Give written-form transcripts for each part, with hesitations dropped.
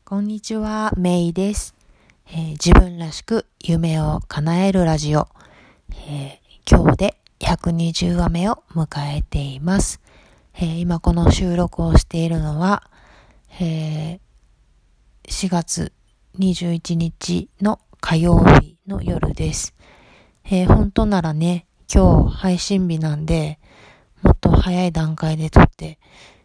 こんにちは、メイです。自分らしく夢を叶えるラジオ、今日で120話目を迎えています。今この収録をしているのは、4月21日の火曜日の夜です。本当ならね、今日配信日なんで、もっと早い段階で撮って、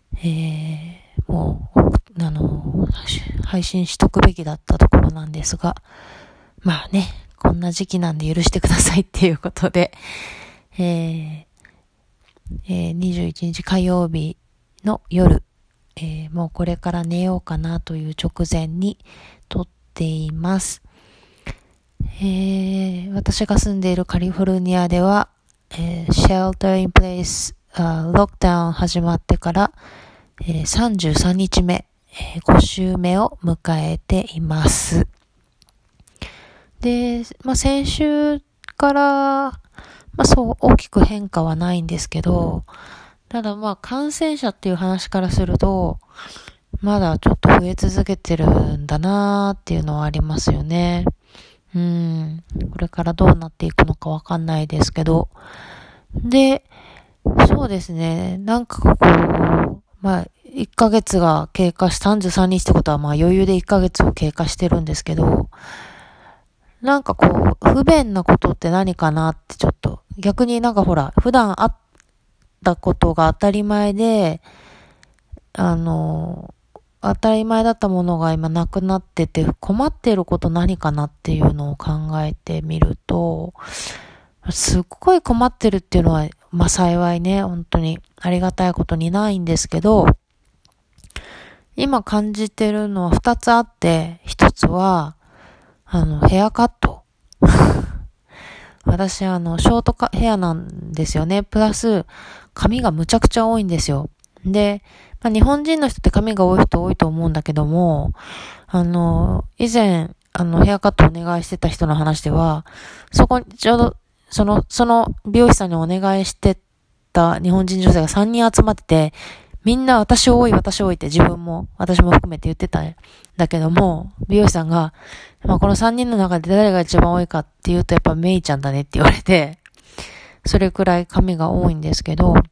もう、配信しとくべきだったところなんですが、まあね、こんな時期なんで許してくださいっていうことで、21日火曜日の夜、もうこれから寝ようかなという直前に撮っています。私が住んでいるカリフォルニアでは、Shelter in Place、ロックダウン始まってから、33日目、5週目を迎えています。で、先週から、そう大きく変化はないんですけど、ただ感染者っていう話からすると、まだちょっと増え続けてるんだなーっていうのはありますよね。これからどうなっていくのかわかんないですけど。で、そうですね、1ヶ月が経過し、33日ってことは余裕で1ヶ月を経過してるんですけど、不便なことって何かなってちょっと、逆に普段あったことが当たり前で、当たり前だったものが今なくなってて、困っていること何かなっていうのを考えてみると、すっごい困ってるっていうのは、幸いね、本当にありがたいことにないんですけど、今感じてるのは2つあって、1つは、ヘアカット。私、ショートヘアなんですよね。プラス、髪がむちゃくちゃ多いんですよ。で、日本人の人って髪が多い人多いと思うんだけども、以前、ヘアカットお願いしてた人の話では、そこにちょうど、その美容師さんにお願いしてた日本人女性が3人集まってて、みんな私多いって私も含めて言ってたんだけども、美容師さんが、この3人の中で誰が一番多いかっていうとやっぱメイちゃんだねって言われて、それくらい髪が多いんですけど、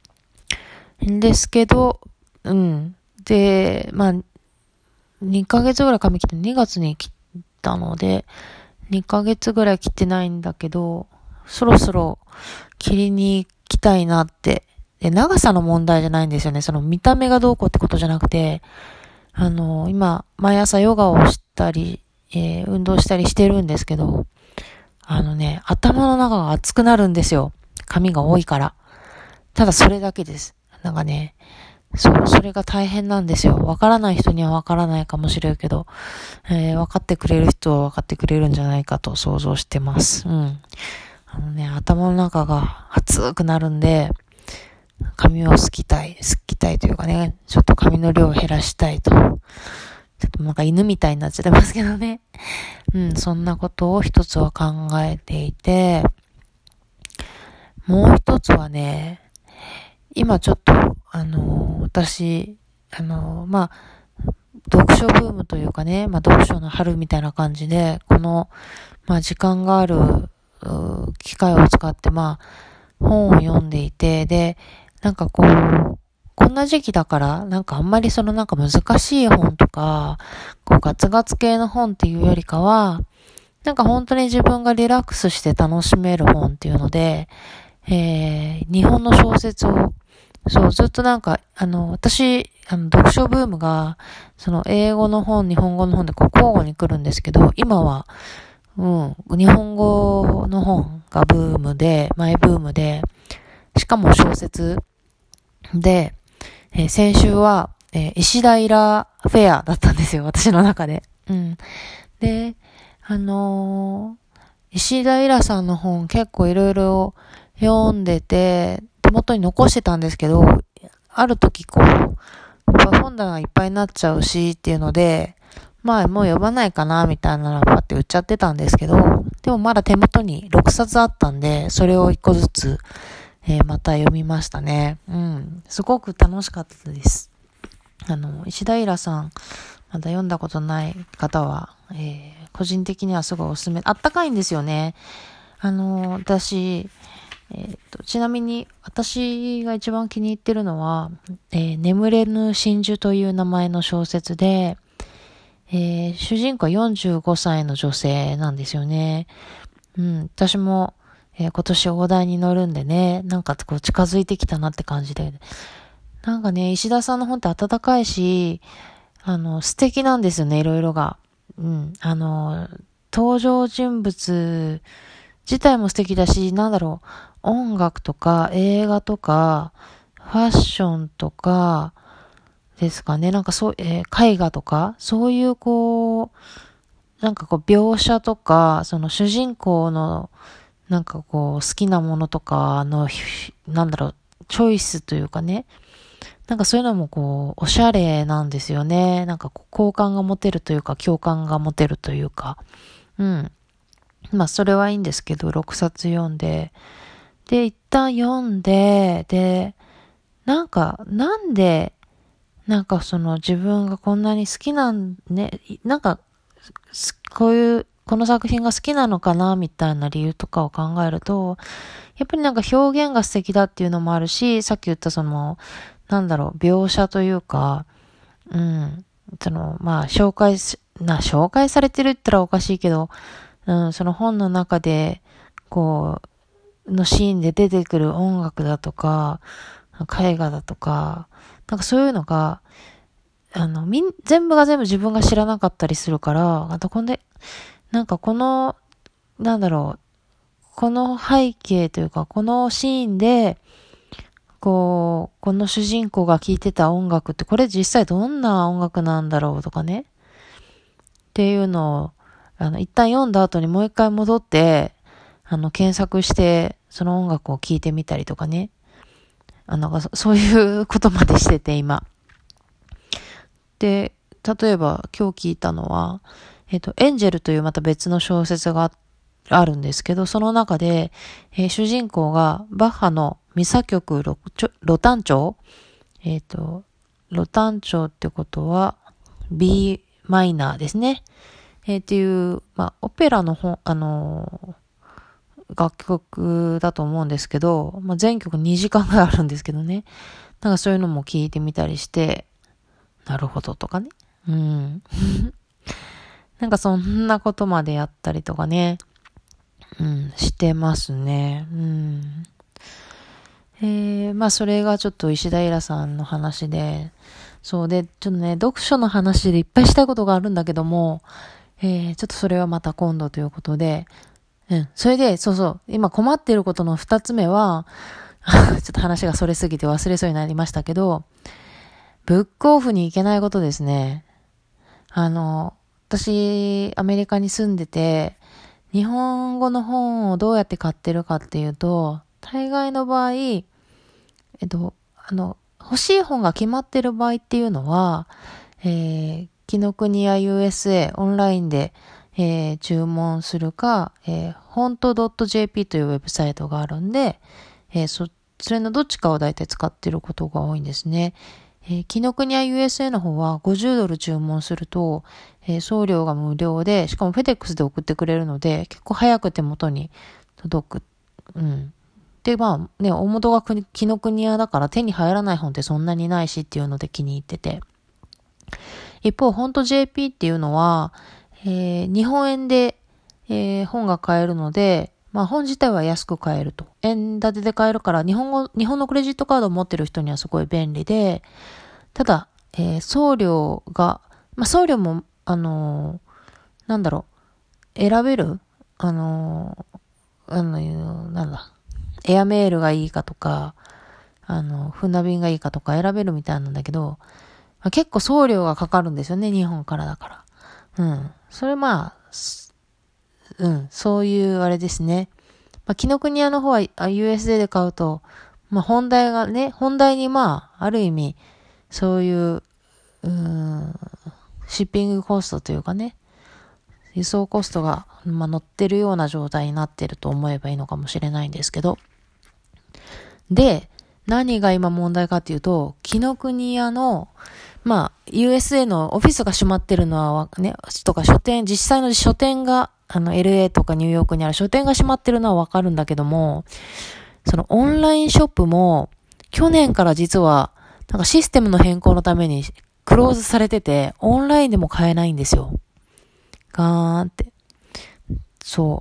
で、2ヶ月ぐらい髪切って2月に切ったので、2ヶ月ぐらい切ってないんだけど、そろそろ切りに行きたいなって。で、長さの問題じゃないんですよね。その見た目がどうこうってことじゃなくて、今、毎朝ヨガをしたり、運動したりしてるんですけど、頭の中が熱くなるんですよ。髪が多いから。ただそれだけです。それが大変なんですよ。わからない人にはわからないかもしれんけど、わかってくれる人はわかってくれるんじゃないかと想像してます。頭の中が熱くなるんで、髪をすきたいというかね、ちょっと髪の量を減らしたいと。ちょっと犬みたいになっちゃってますけどね。そんなことを一つは考えていて、もう一つはね、今ちょっと、私、読書ブームというかね、読書の春みたいな感じで、この、時間がある、機会を使って、本を読んでいて、で、こんな時期だから、あんまり難しい本とか、ガツガツ系の本っていうよりかは、本当に自分がリラックスして楽しめる本っていうので、日本の小説を、ずっと私、読書ブームが、英語の本、日本語の本で交互に来るんですけど、今は、日本語の本がブームで、マイブームで、しかも小説で、先週は、石平フェアだったんですよ、私の中で。で、石平さんの本結構いろいろ読んでて、手元に残してたんですけど、ある時本棚がいっぱいになっちゃうしっていうので、もう読まないかなみたいなのパって売っちゃってたんですけど、でもまだ手元に6冊あったんで、それを1個ずつ、また読みましたね。すごく楽しかったです。石平さん、 まだ読んだことない方は、個人的にはすごいおすすめ。あったかいんですよね。私、ちなみに私が一番気に入ってるのは、眠れぬ真珠という名前の小説で、主人公は45歳の女性なんですよね。私も、今年大台に乗るんでね、なんかこう近づいてきたなって感じで。なんかね、石田さんの本って温かいし、素敵なんですよね、いろいろが。登場人物自体も素敵だし、音楽とか映画とか、ファッションとか、ですかね。絵画とか、そういう描写とか、その主人公の、好きなものとかの、チョイスというかね。そういうのもおしゃれなんですよね。好感が持てるというか、共感が持てるというか。それはいいんですけど、6冊読んで。で、一旦読んで、で、なんで、自分がこんなに好きなんね、この作品が好きなのかな、みたいな理由とかを考えると、やっぱり表現が素敵だっていうのもあるし、さっき言った描写というか、紹介されてるって言ったらおかしいけど、その本の中で、のシーンで出てくる音楽だとか、絵画だとか、そういうのが、全部が全部自分が知らなかったりするから、この背景というか、このシーンで、この主人公が聴いてた音楽って、これ実際どんな音楽なんだろうとかね。っていうのを、一旦読んだ後にもう一回戻って、検索して、その音楽を聴いてみたりとかね。そういうことまでしてて、今。で、例えば今日聞いたのは、エンジェルというまた別の小説があるんですけど、その中で、主人公がバッハのミサ曲ロタン調ロタン調ってことは B マイナーですね。っていう、オペラの楽曲だと思うんですけど、全曲2時間ぐらいあるんですけどね。そういうのも聞いてみたりして、なるほどとかね。そんなことまでやったりとかね。してますね。それがちょっと石田イラさんの話で、そうで、ちょっとね、読書の話でいっぱいしたいことがあるんだけども、ちょっとそれはまた今度ということで、それで、今困っていることの2つ目は、ちょっと話がそれすぎて忘れそうになりましたけど、ブックオフに行けないことですね。私、アメリカに住んでて、日本語の本をどうやって買ってるかっていうと、大概の場合、欲しい本が決まってる場合っていうのは、紀ノ国屋 USA オンラインで、注文するか、フォント .jp というウェブサイトがあるんで、それのどっちかを大体使ってることが多いんですね。紀ノ国屋 USA の方は$50注文すると、送料が無料で、しかもフェデックスで送ってくれるので、結構早く手元に届く。で、大元が紀ノ国屋だから手に入らない本ってそんなにないしっていうので気に入ってて。一方、フォント JP っていうのは、日本円で、本が買えるので、本自体は安く買えると。円建てで買えるから、日本のクレジットカードを持ってる人にはすごい便利で、ただ、送料が、送料も、選べるエアメールがいいかとか、船便がいいかとか選べるみたいなんだけど、結構送料がかかるんですよね、日本からだから。それそういうあれですね。紀ノ国屋の方は USD で買うと、本題にある意味、そういう、シッピングコストというかね、輸送コストが、乗ってるような状態になってると思えばいいのかもしれないんですけど。で、 何が今問題かっていうと、紀ノ国屋の、USA のオフィスが閉まってるのはね、とか実際の書店が、LA とかニューヨークにある書店が閉まってるのはわかるんだけども、そのオンラインショップも、去年から実は、なんかシステムの変更のためにクローズされてて、オンラインでも買えないんですよ。ガーンって。そう。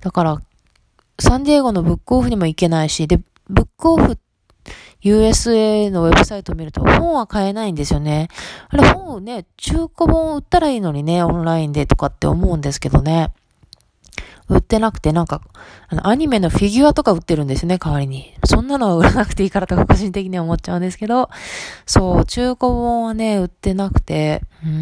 だから、サンディエゴのブックオフにも行けないし、で、ブックオフ USA のウェブサイトを見ると本は買えないんですよね。あれ本をね、中古本売ったらいいのにね、オンラインでとかって思うんですけどね。売ってなくて、なんか、アニメのフィギュアとか売ってるんですね、代わりに。そんなのは売らなくていいからとか個人的には思っちゃうんですけど、そう、中古本はね、売ってなくて、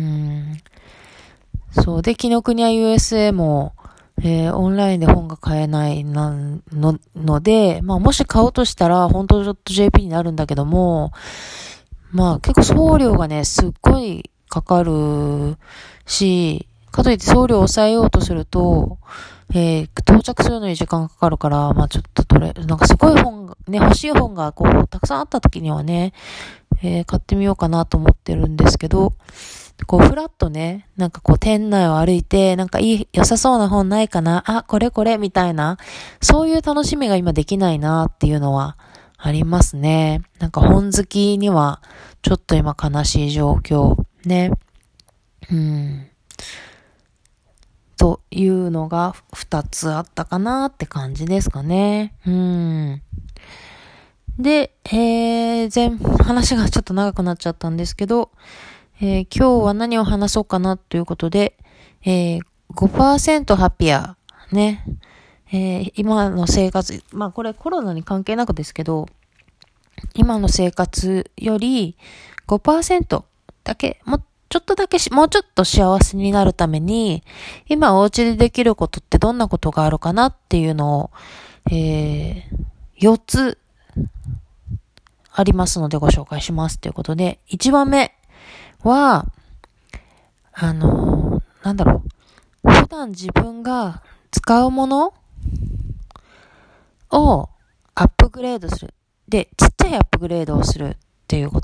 そう、で、紀ノ国屋 USA も、オンラインで本が買えないので、もし買おうとしたら、本当.jp になるんだけども、結構送料がね、すっごいかかるし、かといって送料を抑えようとすると、到着するのに時間かかるから、ちょっとなんかすごい本が、ね、欲しい本がたくさんあった時にはね、買ってみようかなと思ってるんですけど、フラッとね、なんか店内を歩いて、なんか良さそうな本ないかな、あ、これみたいな、そういう楽しみが今できないなっていうのはありますね。なんか本好きには、ちょっと今悲しい状況。ね。というのが2つあったかなって感じですかね。で、話がちょっと長くなっちゃったんですけど、今日は何を話そうかなということで、5% ハピア、ね。今の生活、これコロナに関係なくですけど、今の生活より 5% だけ、もうちょっと幸せになるために、今お家でできることってどんなことがあるかなっていうのを、4つありますのでご紹介しますということで、1番目は、普段自分が使うものをアップグレードする。で、ちっちゃいアップグレードをするっていうこと。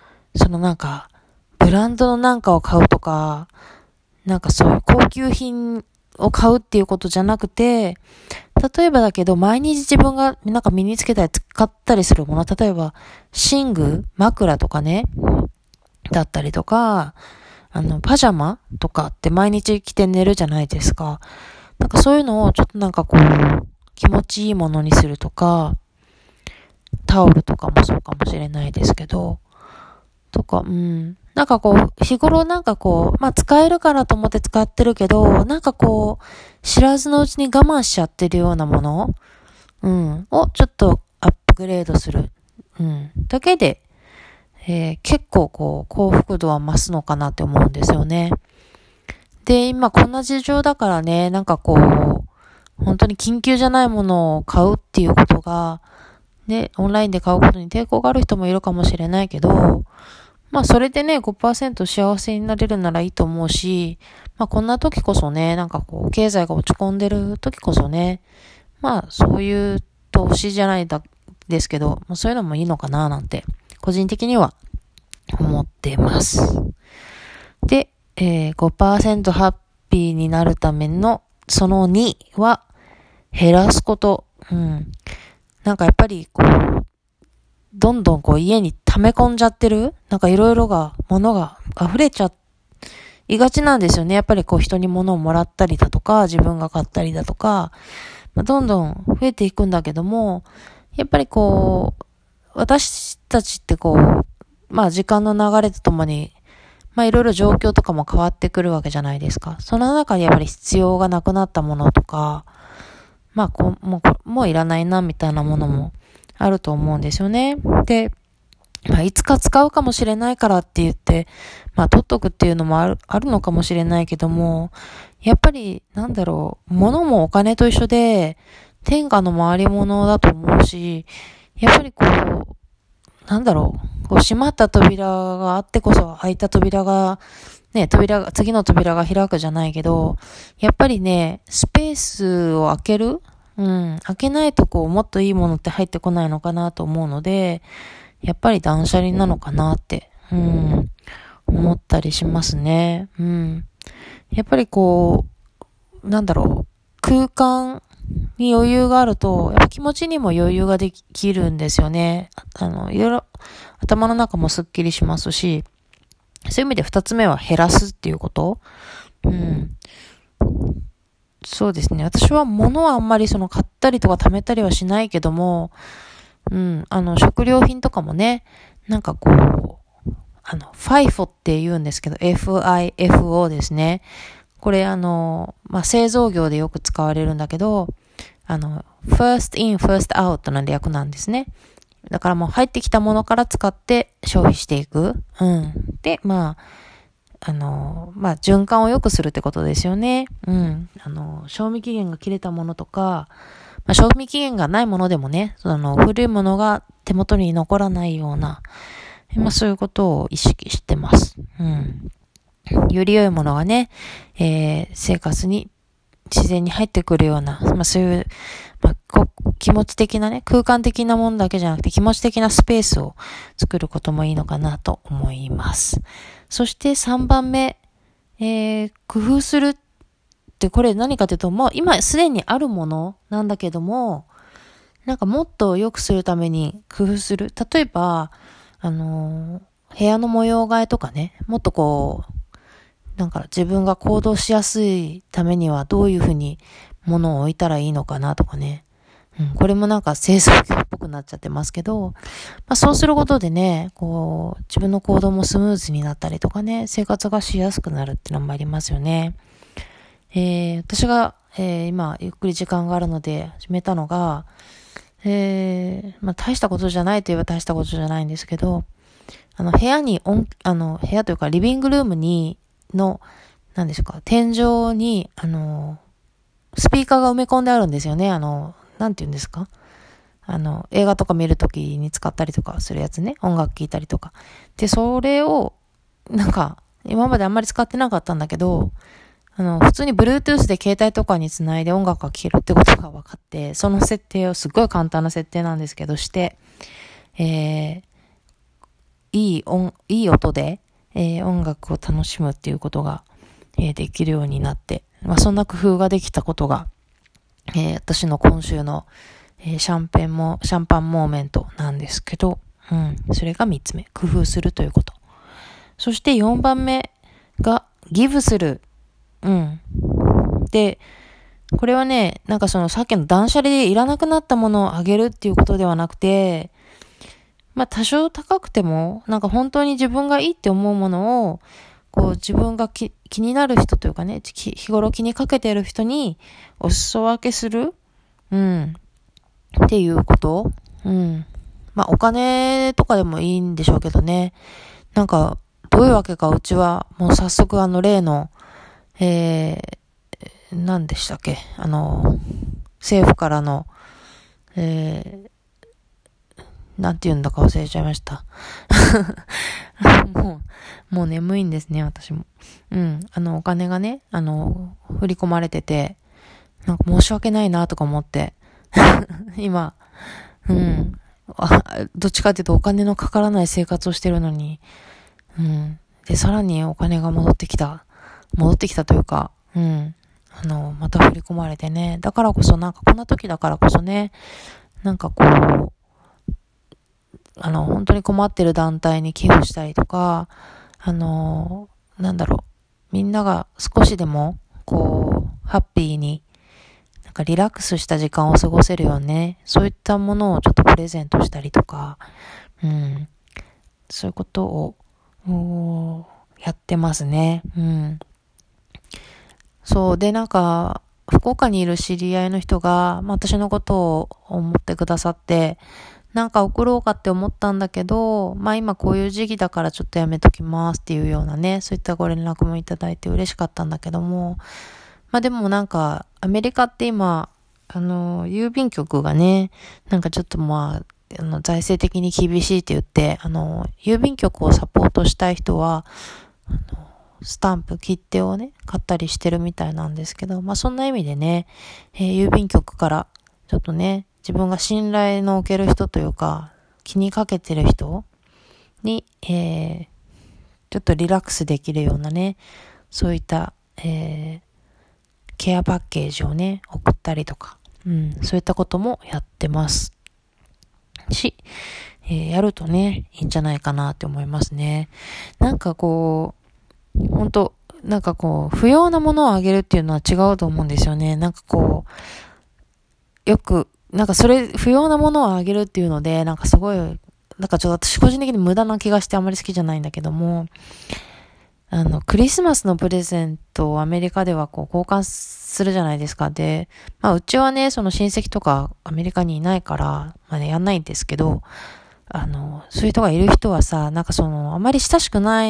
ブランドのなんかを買うとか、なんかそういう高級品を買うっていうことじゃなくて、例えばだけど、毎日自分がなんか身につけたり使ったりするもの、例えば、寝具、枕とかね、だったりとか、パジャマとかって毎日着て寝るじゃないですか。なんかそういうのをちょっとなんか気持ちいいものにするとか、タオルとかもそうかもしれないですけど、なんか日頃なんか使えるからと思って使ってるけど、なんか知らずのうちに我慢しちゃってるようなもの、をちょっとアップグレードする。だけで、結構幸福度は増すのかなって思うんですよね。で、今こんな事情だからね、なんか本当に緊急じゃないものを買うっていうことが、ね、オンラインで買うことに抵抗がある人もいるかもしれないけど、それでね、5% 幸せになれるならいいと思うし、こんな時こそね、なんか経済が落ち込んでる時こそね、そういう投資じゃないですけど、そういうのもいいのかななんて、個人的には思ってます。で、5% ハッピーになるための、その2は、減らすこと。なんかやっぱりどんどん家に溜め込んじゃってるなんかいろいろ物が溢れちゃいがちなんですよね。やっぱり人に物をもらったりだとか、自分が買ったりだとか、どんどん増えていくんだけども、やっぱり私たちって時間の流れとともに、いろいろ状況とかも変わってくるわけじゃないですか。その中でやっぱり必要がなくなったものとか、もういらないなみたいなものもあると思うんですよね。で、いつか使うかもしれないからって言って、取っとくっていうのもあるのかもしれないけども、やっぱり、物もお金と一緒で、天下の回り物だと思うし、やっぱり閉まった扉があってこそ開いた扉が、次の扉が開くじゃないけど、やっぱりね、スペースを開ける開けないともっといいものって入ってこないのかなと思うので、やっぱり断捨離なのかなって、思ったりしますね。やっぱり空間に余裕があると、やっぱ気持ちにも余裕ができるんですよね。いろいろ頭の中もスッキリしますし、そういう意味で二つ目は減らすっていうこと。そうですね。私は物はあんまり買ったりとか貯めたりはしないけども、食料品とかもね、FIFO って言うんですけど、FIFO ですね。これ製造業でよく使われるんだけど、first in, first out なんで略なんですね。だからもう入ってきたものから使って消費していく。で、循環を良くするってことですよね。賞味期限が切れたものとか、賞味期限がないものでもね、古いものが手元に残らないような、そういうことを意識してます。より良いものがね、生活に自然に入ってくるような、そういう、気持ち的なね、空間的なものだけじゃなくて気持ち的なスペースを作ることもいいのかなと思います。そして3番目、工夫するってこれ何かというと、もう今すでにあるものなんだけども、もっと良くするために工夫する。例えば、部屋の模様替えとかね、もっと自分が行動しやすいためにはどういうふうに物を置いたらいいのかなとかね。これも清掃業っぽくなっちゃってますけど、そうすることでね、自分の行動もスムーズになったりとかね、生活がしやすくなるっていうのもありますよね。私が、今、ゆっくり時間があるので始めたのが、大したことじゃないといえば大したことじゃないんですけど、部屋というかリビングルーム何でしょうか、天井に、スピーカーが埋め込んであるんですよね。なんて言うんですか？映画とか見るときに使ったりとかするやつね。音楽聴いたりとか。で、それを、今まであんまり使ってなかったんだけど、普通に Bluetooth で携帯とかにつないで音楽が聴けるってことが分かって、その設定をすごい簡単な設定なんですけどして、いい音で、音楽を楽しむっていうことが、できるようになって、そんな工夫ができたことが、私の今週の、シャンパンモーメントなんですけど、それが3つ目、工夫するということ。そして4番目がギブする。で、これはね、さっきの断捨離でいらなくなったものをあげるっていうことではなくて、多少高くても、本当に自分がいいって思うものを、自分が気になる人というかね、日頃気にかけている人にお裾分けするっていうこと。お金とかでもいいんでしょうけどね。どういうわけかうちは、もう早速例の、何でしたっけ、政府からの、なんて言うんだか忘れちゃいました。もう眠いんですね、私も。お金がね、振り込まれてて、申し訳ないなとか思って、今、どっちかっていうとお金のかからない生活をしてるのに、で、さらにお金が戻ってきたというか、また振り込まれてね、だからこそこんな時だからこそね、本当に困ってる団体に寄付したりとか、みんなが少しでも、ハッピーに、リラックスした時間を過ごせるよね。そういったものをちょっとプレゼントしたりとか、そういうことを、やってますね。そうで、福岡にいる知り合いの人が、私のことを思ってくださって、送ろうかって思ったんだけど、今こういう時期だからちょっとやめときますっていうようなね、そういったご連絡もいただいて嬉しかったんだけども、でもアメリカって今、郵便局がね、ちょっと財政的に厳しいって言って、郵便局をサポートしたい人は、スタンプ、切手をね、買ったりしてるみたいなんですけど、そんな意味でね、郵便局からちょっとね、自分が信頼のおける人というか、気にかけてる人に、ちょっとリラックスできるようなね、そういった、ケアパッケージをね、送ったりとか、そういったこともやってますし、やるとね、いいんじゃないかなって思いますね。なんかこう、本当なんかこう、不要なものをあげるっていうのは違うと思うんですよね。なんかこう、よく、なんかそれ、不要なものをあげるっていうので、なんかすごい、なんかちょっと私個人的に無駄な気がしてあんまり好きじゃないんだけども、クリスマスのプレゼントをアメリカではこう交換するじゃないですか。で、まあうちはね、その親戚とかアメリカにいないから、まあね、やんないんですけど、そういう人がいる人はさ、なんかその、あまり親しくない、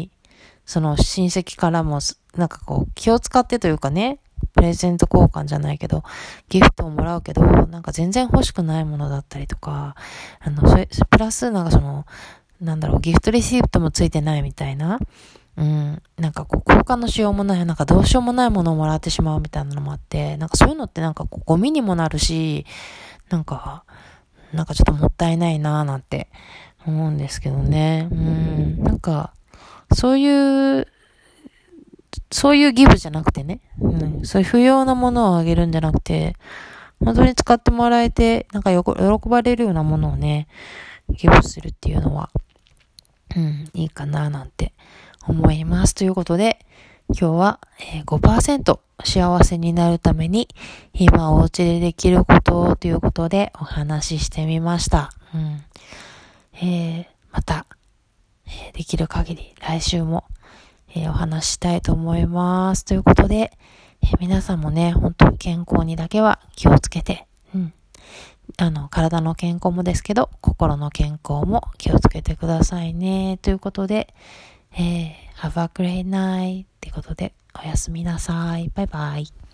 その親戚からも、なんかこう、気を使ってというかね、プレゼント交換じゃないけど、ギフトをもらうけど、なんか全然欲しくないものだったりとか、プラスなんかその、なんだろう、ギフトレシートもついてないみたいな、なんかこう、交換のしようもない、なんかどうしようもないものをもらってしまうみたいなのもあって、なんかそういうのってなんかこう、ゴミにもなるし、なんかちょっともったいないなぁなんて思うんですけどね。なんか、そういうギブじゃなくてね、そういう不要なものをあげるんじゃなくて、本当に使ってもらえて、なんか喜ばれるようなものをね、ギブするっていうのは、いいかななんて思います。ということで、今日は、5% 幸せになるために、今お家でできることということでお話ししてみました。また、できる限り来週も、お話ししたいと思います。ということで、皆さんもね、本当健康にだけは気をつけて、体の健康もですけど、心の健康も気をつけてくださいね。ということで、Have a great night ってことで、おやすみなさい。バイバイ。